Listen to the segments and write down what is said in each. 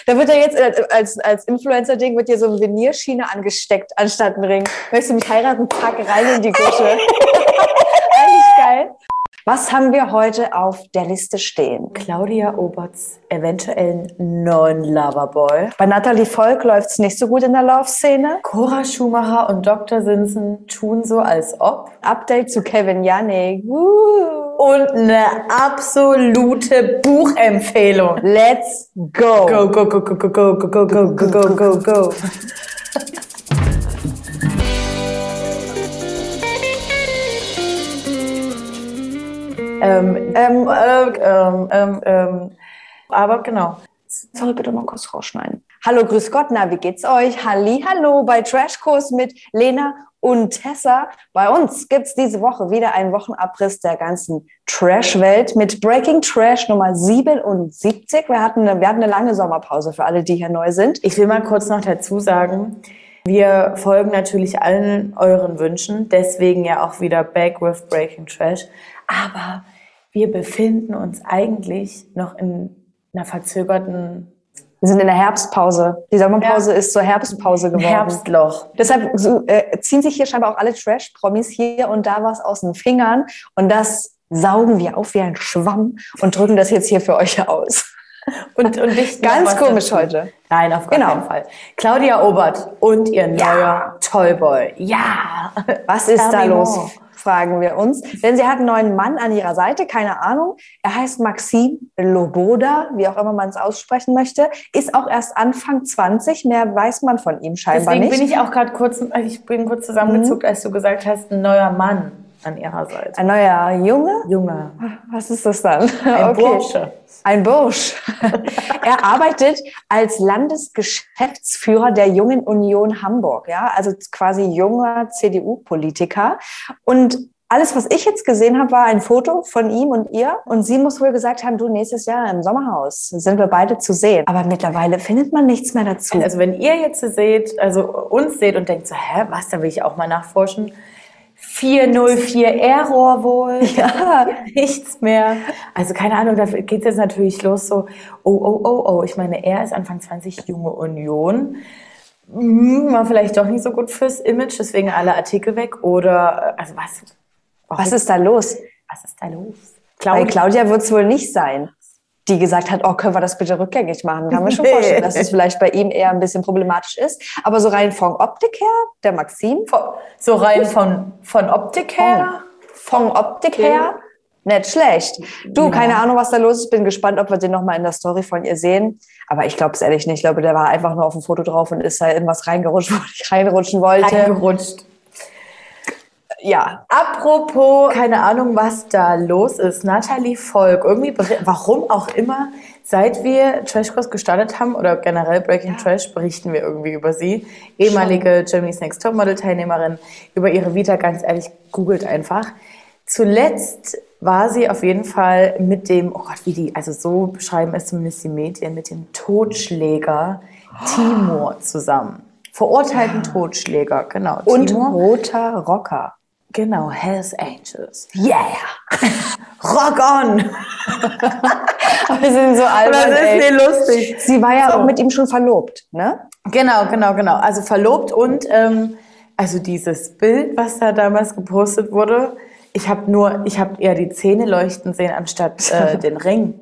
Da wird ja jetzt als Influencer-Ding wird dir so eine Veneerschiene angesteckt, anstatt ein Ring. Möchtest du mich heiraten? Pack rein in die Gusche. Eigentlich geil. Was haben wir heute auf der Liste stehen? Claudia Oberts eventuellen neuen Loverboy. Bei Natalie Volk läuft es nicht so gut in der Love-Szene. Cora Schumacher und Dr. Sinsen tun so, als ob. Update zu Kevin Jannik. Und eine absolute Buchempfehlung. Let's go. Go, go, go, go, go, go, go, go, go, go, go, go. Aber genau. Sorry, bitte mal kurz rausschneiden. Hallo, grüß Gott, na, wie geht's euch? Hallo bei Trashkurs mit Lena und Tessa. Bei uns gibt's diese Woche wieder einen Wochenabriss der ganzen Trash-Welt mit Breaking Trash Nummer 77. Wir hatten eine lange Sommerpause für alle, die hier neu sind. Ich will mal kurz noch dazu sagen, wir folgen natürlich allen euren Wünschen, deswegen ja auch wieder back with Breaking Trash. Aber wir befinden uns eigentlich noch in einer verzögerten... Wir sind in der Herbstpause. Die Sommerpause ist zur Herbstpause geworden. Herbstloch. Deshalb ziehen sich hier scheinbar auch alle Trash-Promis hier und da was aus den Fingern. Und das saugen wir auf wie ein Schwamm und drücken das jetzt hier für euch aus. Und nicht ganz komisch heute. Nein, auf gar keinen Fall. Claudia Obert und ihr neuer Toyboy. Ja. Was ist da los? Fragen wir uns. Denn sie hat einen neuen Mann an ihrer Seite, keine Ahnung. Er heißt Maxim Loboda, wie auch immer man es aussprechen möchte. Ist auch erst Anfang 20, mehr weiß man von ihm scheinbar Deswegen nicht. Deswegen bin ich auch gerade kurz zusammengezuckt, als du gesagt hast, ein neuer Mann an ihrer Seite. Ein neuer Junge? Junge. Was ist das dann? Ein Bursche. Ein Bursch. Er arbeitet als Landesgeschäftsführer der Jungen Union Hamburg, ja, also quasi junger CDU-Politiker. Und alles, was ich jetzt gesehen habe, war ein Foto von ihm und ihr. Und sie muss wohl gesagt haben, du, nächstes Jahr im Sommerhaus sind wir beide zu sehen. Aber mittlerweile findet man nichts mehr dazu. Also wenn ihr jetzt seht, also uns seht und denkt so, was, da will ich auch mal nachforschen. 404 Error wohl, ja, nichts mehr. Also keine Ahnung, da geht es jetzt natürlich los so, oh. Ich meine, er ist Anfang 20, junge Union. War vielleicht doch nicht so gut fürs Image, deswegen alle Artikel weg. Oder, also was? Was ist da los? Was ist da los? Bei Claudia wird es wohl nicht sein, die gesagt hat, können wir das bitte rückgängig machen. Kann man schon vorstellen, dass es vielleicht bei ihm eher ein bisschen problematisch ist. Aber so rein von Optik her, der Maxim. So rein von Optik her? Von Optik her, nicht schlecht. Du, keine Ahnung, was da los ist. Bin gespannt, ob wir den nochmal in der Story von ihr sehen. Aber ich glaube es ehrlich nicht. Ich glaube, der war einfach nur auf dem Foto drauf und ist da irgendwas reingerutscht, wo ich reinrutschen wollte. Reingerutscht. Ja. Apropos, keine Ahnung, was da los ist. Natalie Volk, irgendwie, warum auch immer, seit wir Trashkurs gestartet haben oder generell Breaking Trash, berichten wir irgendwie über sie. Ehemalige Germany's Next Topmodel-Teilnehmerin, über ihre Vita, ganz ehrlich, googelt einfach. Zuletzt war sie auf jeden Fall mit dem, also so beschreiben es zumindest die Medien, mit dem Totschläger Timur zusammen. Verurteilten Totschläger, genau. Und Timur. roter Rocker. Genau, Hells Angels. Yeah! Rock on! Wir sind so albern, das ist nicht lustig. Sie war ja auch mit ihm schon verlobt, ne? Genau. Also verlobt und also dieses Bild, was da damals gepostet wurde, ich habe eher die Zähne leuchten sehen, anstatt den Ring.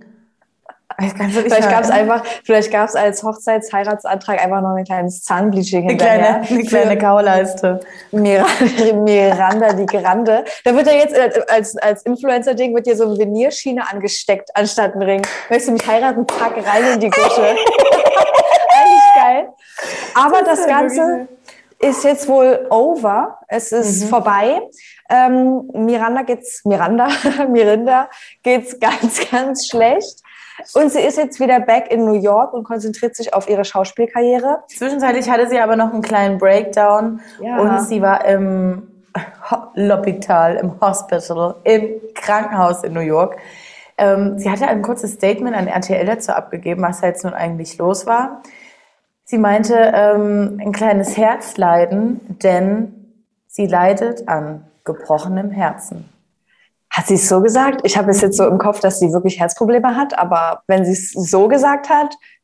Vielleicht gab es als Hochzeitsheiratsantrag einfach noch ein kleines Zahnbleaching hinterher. Eine kleine Kauleiste. Miranda, die Grande. Da wird ja jetzt als Influencer-Ding wird dir so eine Veneerschiene angesteckt, anstatt ein Ring. Möchtest du mich heiraten? Pack rein in die Gusche. Eigentlich geil. Aber das Ganze ist jetzt wohl over. Es ist vorbei. Mirinda geht's ganz, ganz schlecht. Und sie ist jetzt wieder back in New York und konzentriert sich auf ihre Schauspielkarriere. Zwischenzeitlich hatte sie aber noch einen kleinen Breakdown und sie war im L'Hôpital, im Hospital, im Krankenhaus in New York. Sie hatte ein kurzes Statement an RTL dazu abgegeben, was da jetzt nun eigentlich los war. Sie meinte, ein kleines Herzleiden, denn sie leidet an gebrochenem Herzen. Hat sie es so gesagt? Ich habe es jetzt so im Kopf, dass sie wirklich Herzprobleme hat, aber wenn sie es so gesagt hat,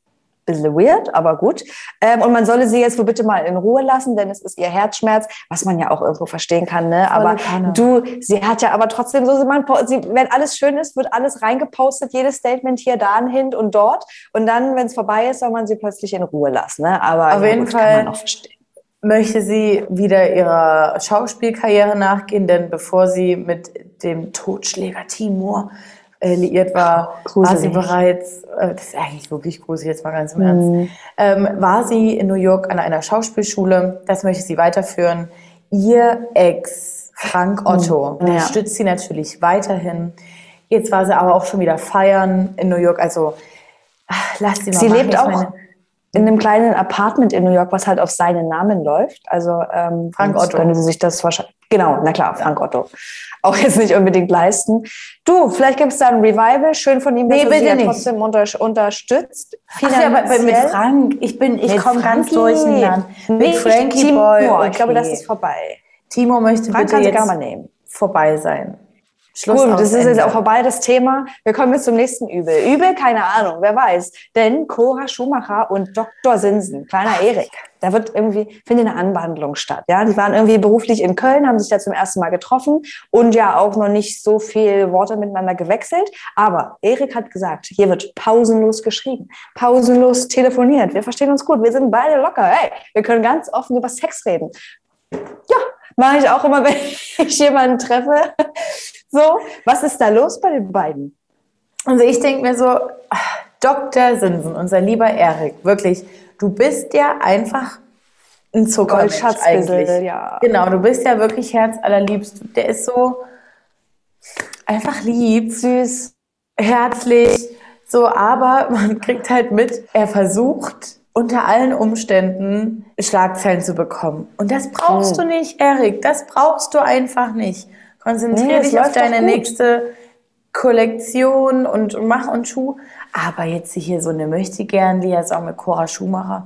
bisschen weird, aber gut. Und man solle sie jetzt wohl bitte mal in Ruhe lassen, denn es ist ihr Herzschmerz, was man ja auch irgendwo verstehen kann. Ne? Aber sie hat ja aber trotzdem so, wenn alles schön ist, wird alles reingepostet, jedes Statement hier, dahin und dort. Und dann, wenn es vorbei ist, soll man sie plötzlich in Ruhe lassen. Ne? Aber auf jeden Fall kann man auch verstehen. Möchte sie wieder ihrer Schauspielkarriere nachgehen, denn bevor sie mit dem Totschläger Timur liiert war, war sie bereits, das ist eigentlich wirklich gruselig, jetzt mal ganz im Ernst, war sie in New York an einer Schauspielschule, das möchte sie weiterführen. Ihr Ex, Frank Otto, unterstützt sie natürlich weiterhin. Jetzt war sie aber auch schon wieder feiern in New York, also lass sie mal sie machen. Lebt auch in einem kleinen Apartment in New York, was halt auf seinen Namen läuft. Also Frank Otto. Können sie sich das wahrscheinlich, genau, na klar, Frank Otto. Auch jetzt nicht unbedingt leisten. Du, vielleicht gibt es da ein Revival, schön von ihm, dass er sie ja trotzdem unterstützt. Ach ja, mit Frank, ich komme ganz durcheinander. Mit Frankie Timo, Boy, okay. Ich glaube, das ist vorbei. Timo möchte Frank bitte jetzt mal nehmen. Vorbei sein. Schluss. Gut, das ist jetzt auch vorbei, das Thema. Wir kommen jetzt zum nächsten Übel. Übel, keine Ahnung, wer weiß. Denn Cora Schumacher und Dr. Sinsen, kleiner Erik, da findet eine Anwandlung statt. Ja, die waren irgendwie beruflich in Köln, haben sich da zum ersten Mal getroffen und ja auch noch nicht so viel Worte miteinander gewechselt. Aber Erik hat gesagt, hier wird pausenlos geschrieben, pausenlos telefoniert. Wir verstehen uns gut, wir sind beide locker. Hey, wir können ganz offen über Sex reden. Ja, mache ich auch immer, wenn ich jemanden treffe. So, was ist da los bei den beiden? Also ich denke mir so, Dr. Sinsen, unser lieber Erik, wirklich, du bist ja einfach ein Zuckermensch eigentlich. Ja. Genau, du bist ja wirklich herzallerliebst. Der ist so einfach lieb, süß, herzlich, so, aber man kriegt halt mit, er versucht unter allen Umständen Schlagzeilen zu bekommen. Und das brauchst du nicht, Erik, das brauchst du einfach nicht. Konzentriere dich auf deine nächste Kollektion und mach und schuh. Aber jetzt hier so eine Möchtegern-Liaison mit Cora Schumacher.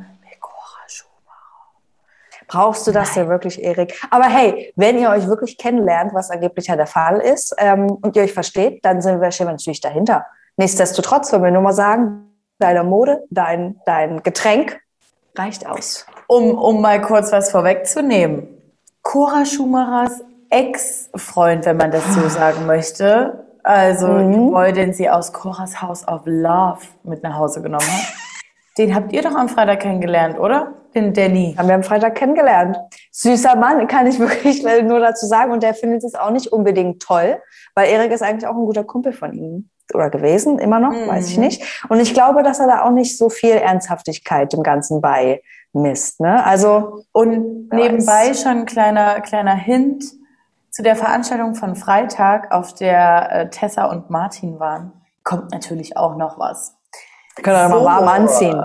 Brauchst du das denn wirklich, Erik? Aber hey, wenn ihr euch wirklich kennenlernt, was angeblich ja der Fall ist, und ihr euch versteht, dann sind wir natürlich dahinter. Nichtsdestotrotz wollen wir nur mal sagen, deine Mode, dein Getränk reicht aus. Um mal kurz was vorwegzunehmen. Cora Schumachers Ex-Freund, wenn man das so sagen möchte, also Boy, den sie aus Coras House of Love mit nach Hause genommen hat, den habt ihr doch am Freitag kennengelernt, oder? Den Danny. Haben wir am Freitag kennengelernt. Süßer Mann, kann ich wirklich nur dazu sagen. Und der findet es auch nicht unbedingt toll, weil Erik ist eigentlich auch ein guter Kumpel von ihm. Oder gewesen, immer noch, weiß ich nicht. Und ich glaube, dass er da auch nicht so viel Ernsthaftigkeit dem Ganzen beimisst. Ne? Also, und nebenbei schon ein kleiner Hint zu der Veranstaltung von Freitag, auf der Tessa und Martin waren, kommt natürlich auch noch was. Können wir mal warm anziehen.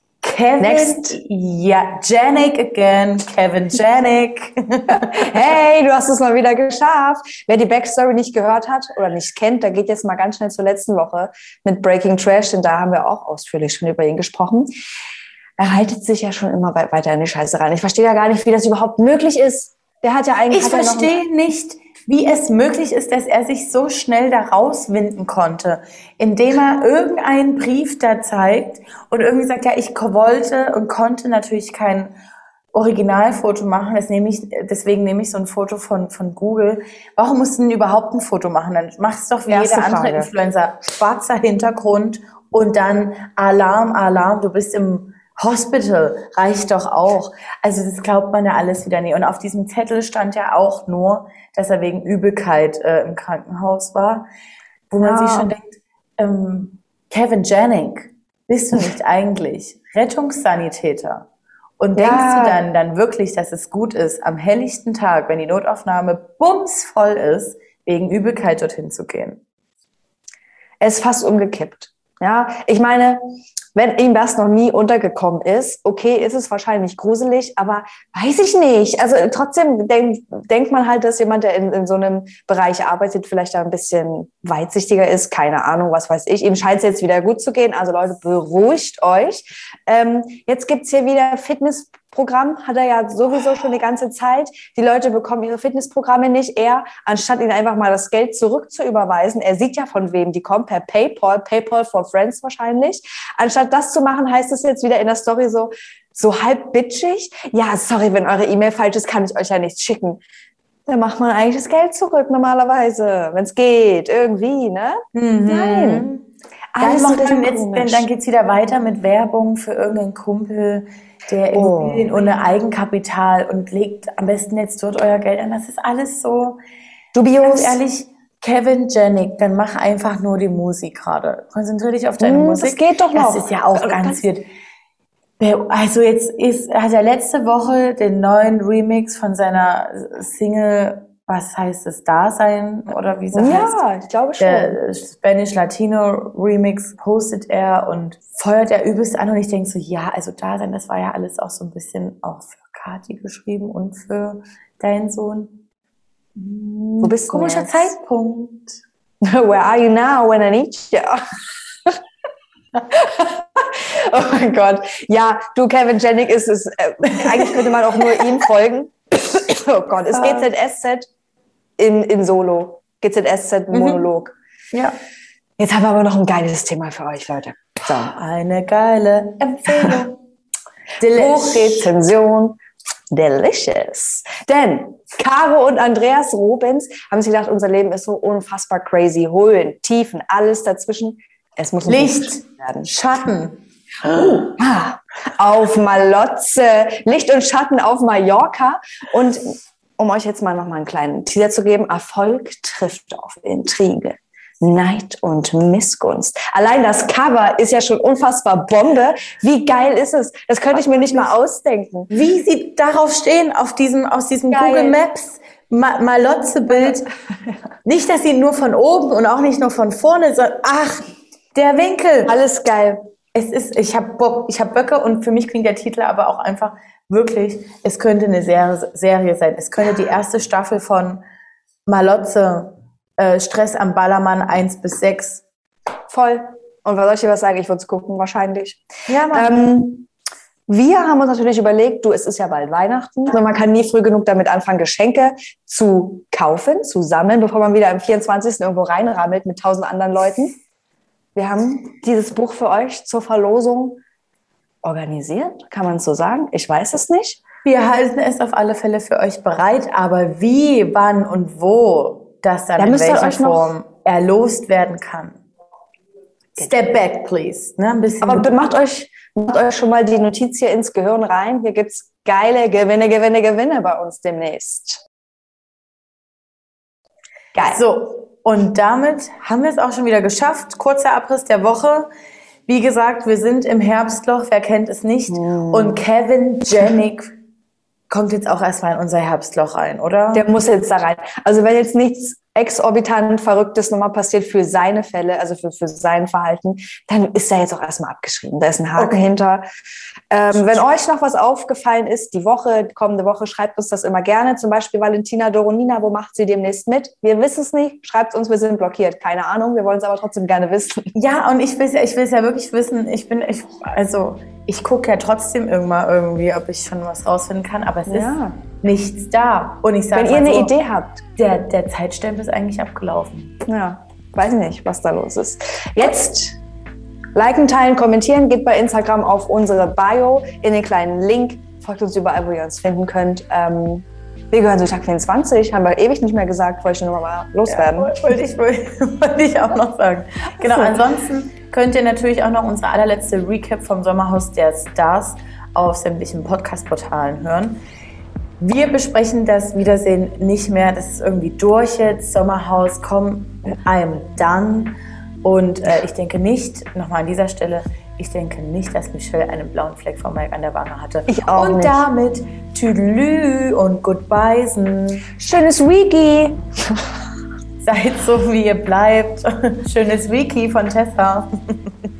Janik again, Kevin Janik. Hey, du hast es mal wieder geschafft. Wer die Backstory nicht gehört hat oder nicht kennt, da geht jetzt mal ganz schnell zur letzten Woche mit Breaking Trash, denn da haben wir auch ausführlich schon über ihn gesprochen. Er haltet sich ja schon immer weiter in die Scheiße rein. Ich verstehe ja gar nicht, wie das überhaupt möglich ist. Der hat ja eigentlich... Ich verstehe nicht, wie es möglich ist, dass er sich so schnell da rauswinden konnte, indem er irgendeinen Brief da zeigt und irgendwie sagt, ja, ich wollte und konnte natürlich kein Originalfoto machen, deswegen nehme ich so ein Foto von Google. Warum musst du denn überhaupt ein Foto machen? Dann machst du doch wie jeder andere Influencer, schwarzer Hintergrund und dann Alarm, du bist im Hospital, reicht doch auch. Also das glaubt man ja alles wieder nicht. Und auf diesem Zettel stand ja auch nur, dass er wegen Übelkeit im Krankenhaus war, wo man sich schon denkt, Kevin Janik, bist du nicht eigentlich Rettungssanitäter? Und denkst du dann wirklich, dass es gut ist, am helllichten Tag, wenn die Notaufnahme bumsvoll ist, wegen Übelkeit dorthin zu gehen? Es ist fast umgekippt. Ja, ich meine, wenn ihm das noch nie untergekommen ist, okay, ist es wahrscheinlich gruselig, aber weiß ich nicht. Also trotzdem denkt man halt, dass jemand, der in so einem Bereich arbeitet, vielleicht da ein bisschen weitsichtiger ist. Keine Ahnung, was weiß ich. Ihm scheint es jetzt wieder gut zu gehen. Also Leute, beruhigt euch. Jetzt gibt's hier wieder Fitnessprogramm, hat er ja sowieso schon die ganze Zeit. Die Leute bekommen ihre Fitnessprogramme nicht. Er, anstatt ihnen einfach mal das Geld zurück zu überweisen, er sieht ja, von wem die kommen, per PayPal for Friends wahrscheinlich, anstatt statt das zu machen, heißt es jetzt wieder in der Story so halb bitchig. Ja, sorry, wenn eure E-Mail falsch ist, kann ich euch ja nichts schicken. Dann macht man eigentlich das Geld zurück normalerweise, wenn es geht, irgendwie, ne? Nein. Alles dann geht's wieder weiter mit Werbung für irgendeinen Kumpel, der Immobilien ohne Eigenkapital und legt am besten jetzt dort euer Geld an. Das ist alles so dubios. Ganz ehrlich, Kevin Janik, dann mach einfach nur die Musik gerade. Konzentrier dich auf deine Musik. Das geht doch noch. Das ist ja auch ganz weird. Also hat er letzte Woche den neuen Remix von seiner Single, was heißt es, Dasein oder wie sie heißt? Ja, ich glaube schon. Der Spanish Latino Remix postet er und feuert er übelst an und ich denke so, ja, also Dasein, das war ja alles auch so ein bisschen auch für Kathi geschrieben und für deinen Sohn. Wo bist du komischer jetzt? Zeitpunkt. Where are you now when I need you? Oh mein Gott. Ja, du, Kevin Janik ist es. Eigentlich könnte man auch nur ihm folgen. Oh Gott, ist GZSZ in Solo. GZSZ Monolog. Ja. Jetzt haben wir aber noch ein geiles Thema für euch, Leute. So. Eine geile Empfehlung. Hochrezension. Delicious. Denn Caro und Andreas Robens haben sich gedacht, unser Leben ist so unfassbar crazy. Höhen, Tiefen, alles dazwischen. Es muss Licht werden. Schatten. Auf Malotze. Licht und Schatten auf Mallorca. Und um euch jetzt mal noch mal einen kleinen Teaser zu geben, Erfolg trifft auf Intrige, Neid und Missgunst. Allein das Cover ist ja schon unfassbar Bombe. Wie geil ist es? Das könnte ich mir nicht mal ausdenken. Wie sie darauf stehen, aus diesem Google Maps Malotze-Bild. Nicht, dass sie nur von oben und auch nicht nur von vorne, sondern der Winkel. Alles geil. Ich hab Böcke und für mich klingt der Titel aber auch einfach wirklich, es könnte eine Serie sein. Es könnte die erste Staffel von Malotze, Stress am Ballermann 1-6. Voll. Und was soll ich dir was sagen? Ich würde es gucken, wahrscheinlich. Ja, Mann. Wir haben uns natürlich überlegt, es ist ja bald Weihnachten und man kann nie früh genug damit anfangen, Geschenke zu kaufen, zu sammeln, bevor man wieder am 24. irgendwo reinrammelt mit 1000 anderen Leuten. Wir haben dieses Buch für euch zur Verlosung organisiert, kann man es so sagen? Ich weiß es nicht. Wir halten es auf alle Fälle für euch bereit, aber wie, wann und wo das dann in welcher Form erlost werden kann. Step back, please. Ne, ein bisschen. Aber macht euch schon mal die Notiz hier ins Gehirn rein. Hier gibt es geile Gewinne bei uns demnächst. Geil. So. Und damit haben wir es auch schon wieder geschafft. Kurzer Abriss der Woche. Wie gesagt, wir sind im Herbstloch, wer kennt es nicht. Und Kevin Janik kommt jetzt auch erstmal in unser Herbstloch rein, oder? Der muss jetzt da rein. Also wenn jetzt nichts exorbitant Verrücktes nochmal passiert für seine Fälle, also für sein Verhalten, dann ist er jetzt auch erstmal abgeschrieben. Da ist ein Haken hinter. Wenn euch noch was aufgefallen ist, kommende Woche, schreibt uns das immer gerne. Zum Beispiel Valentina Doronina, wo macht sie demnächst mit? Wir wissen es nicht. Schreibt uns, wir sind blockiert. Keine Ahnung, wir wollen es aber trotzdem gerne wissen. Ja, und ich will es ja wirklich wissen. Ich gucke ja trotzdem irgendwie, ob ich schon was rausfinden kann, aber es ist nichts da. Und ich sage, wenn ihr eine Idee habt, der Zeitstempel ist eigentlich abgelaufen. Ja, weiß nicht, was da los ist. Jetzt liken, teilen, kommentieren, geht bei Instagram auf unsere Bio in den kleinen Link, folgt uns überall, wo ihr uns finden könnt. Wir gehören zu Tag 24, haben wir ewig nicht mehr gesagt, wollte ich nur mal loswerden. Ja, wollte ich auch noch sagen. Genau, ansonsten könnt ihr natürlich auch noch unsere allerletzte Recap vom Sommerhaus der Stars auf sämtlichen Podcast-Portalen hören. Wir besprechen das Wiedersehen nicht mehr, das ist irgendwie durch jetzt, Sommerhaus, komm, I'm done. Und ich denke nicht, nochmal an dieser Stelle, dass Michelle einen blauen Fleck von Mike an der Wange hatte. Ich auch nicht. Und damit Tüdelü und Goodbyesen. Schönes Wiki. Seid so, wie ihr bleibt. Schönes Wiki von Tessa.